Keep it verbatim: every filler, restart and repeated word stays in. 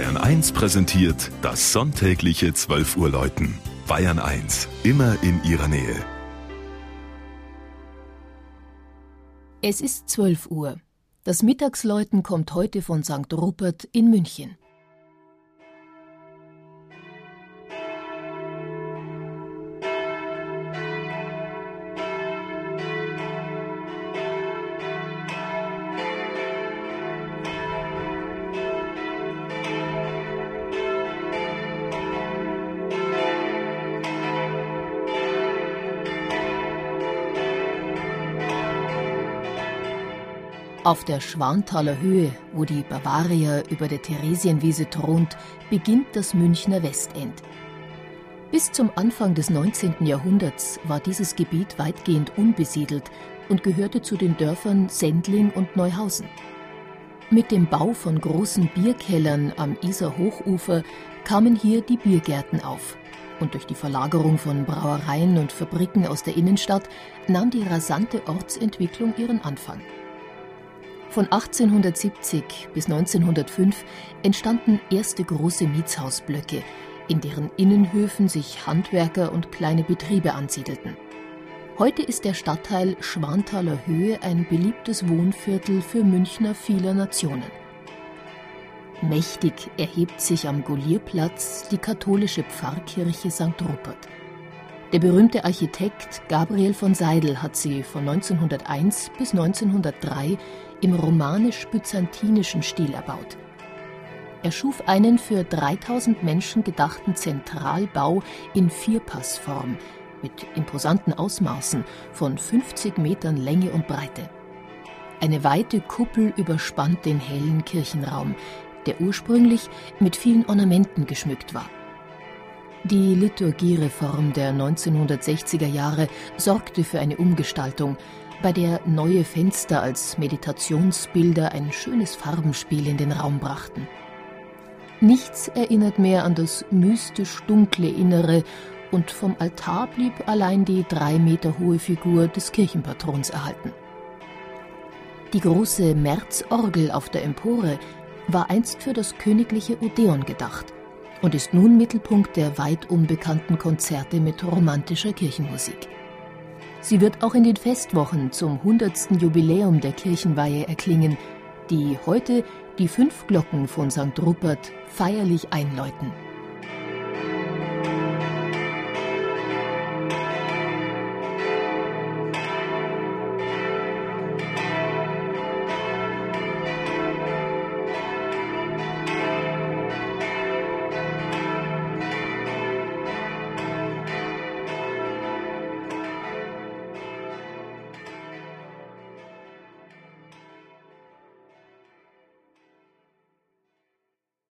Bayern eins präsentiert das sonntägliche zwölf Uhr Läuten. Bayern eins, immer in Ihrer Nähe. Es ist zwölf Uhr. Das Mittagsläuten kommt heute von Sankt Rupert in München. Auf der Schwanthaler Höhe, wo die Bavaria über der Theresienwiese thront, beginnt das Münchner Westend. Bis zum Anfang des neunzehnten Jahrhunderts war dieses Gebiet weitgehend unbesiedelt und gehörte zu den Dörfern Sendling und Neuhausen. Mit dem Bau von großen Bierkellern am Isar-Hochufer kamen hier die Biergärten auf. Und durch die Verlagerung von Brauereien und Fabriken aus der Innenstadt nahm die rasante Ortsentwicklung ihren Anfang. Von achtzehnhundertsiebzig bis neunzehnhundertfünf entstanden erste große Mietshausblöcke, in deren Innenhöfen sich Handwerker und kleine Betriebe ansiedelten. Heute ist der Stadtteil Schwanthaler Höhe ein beliebtes Wohnviertel für Münchner vieler Nationen. Mächtig erhebt sich am Golierplatz die katholische Pfarrkirche Sankt Rupert. Der berühmte Architekt Gabriel von Seidel hat sie von neunzehnhunderteins bis neunzehnhundertdrei im romanisch-byzantinischen Stil erbaut. Er schuf einen für dreitausend Menschen gedachten Zentralbau in Vierpassform mit imposanten Ausmaßen von fünfzig Metern Länge und Breite. Eine weite Kuppel überspannt den hellen Kirchenraum, der ursprünglich mit vielen Ornamenten geschmückt war. Die Liturgiereform der neunzehnhundertsechziger Jahre sorgte für eine Umgestaltung, bei der neue Fenster als Meditationsbilder ein schönes Farbenspiel in den Raum brachten. Nichts erinnert mehr an das mystisch dunkle Innere und vom Altar blieb allein die drei Meter hohe Figur des Kirchenpatrons erhalten. Die große Märzorgel auf der Empore war einst für das königliche Odeon gedacht und ist nun Mittelpunkt der weit unbekannten Konzerte mit romantischer Kirchenmusik. Sie wird auch in den Festwochen zum hundertsten Jubiläum der Kirchenweihe erklingen, die heute die fünf Glocken von Sankt Rupert feierlich einläuten.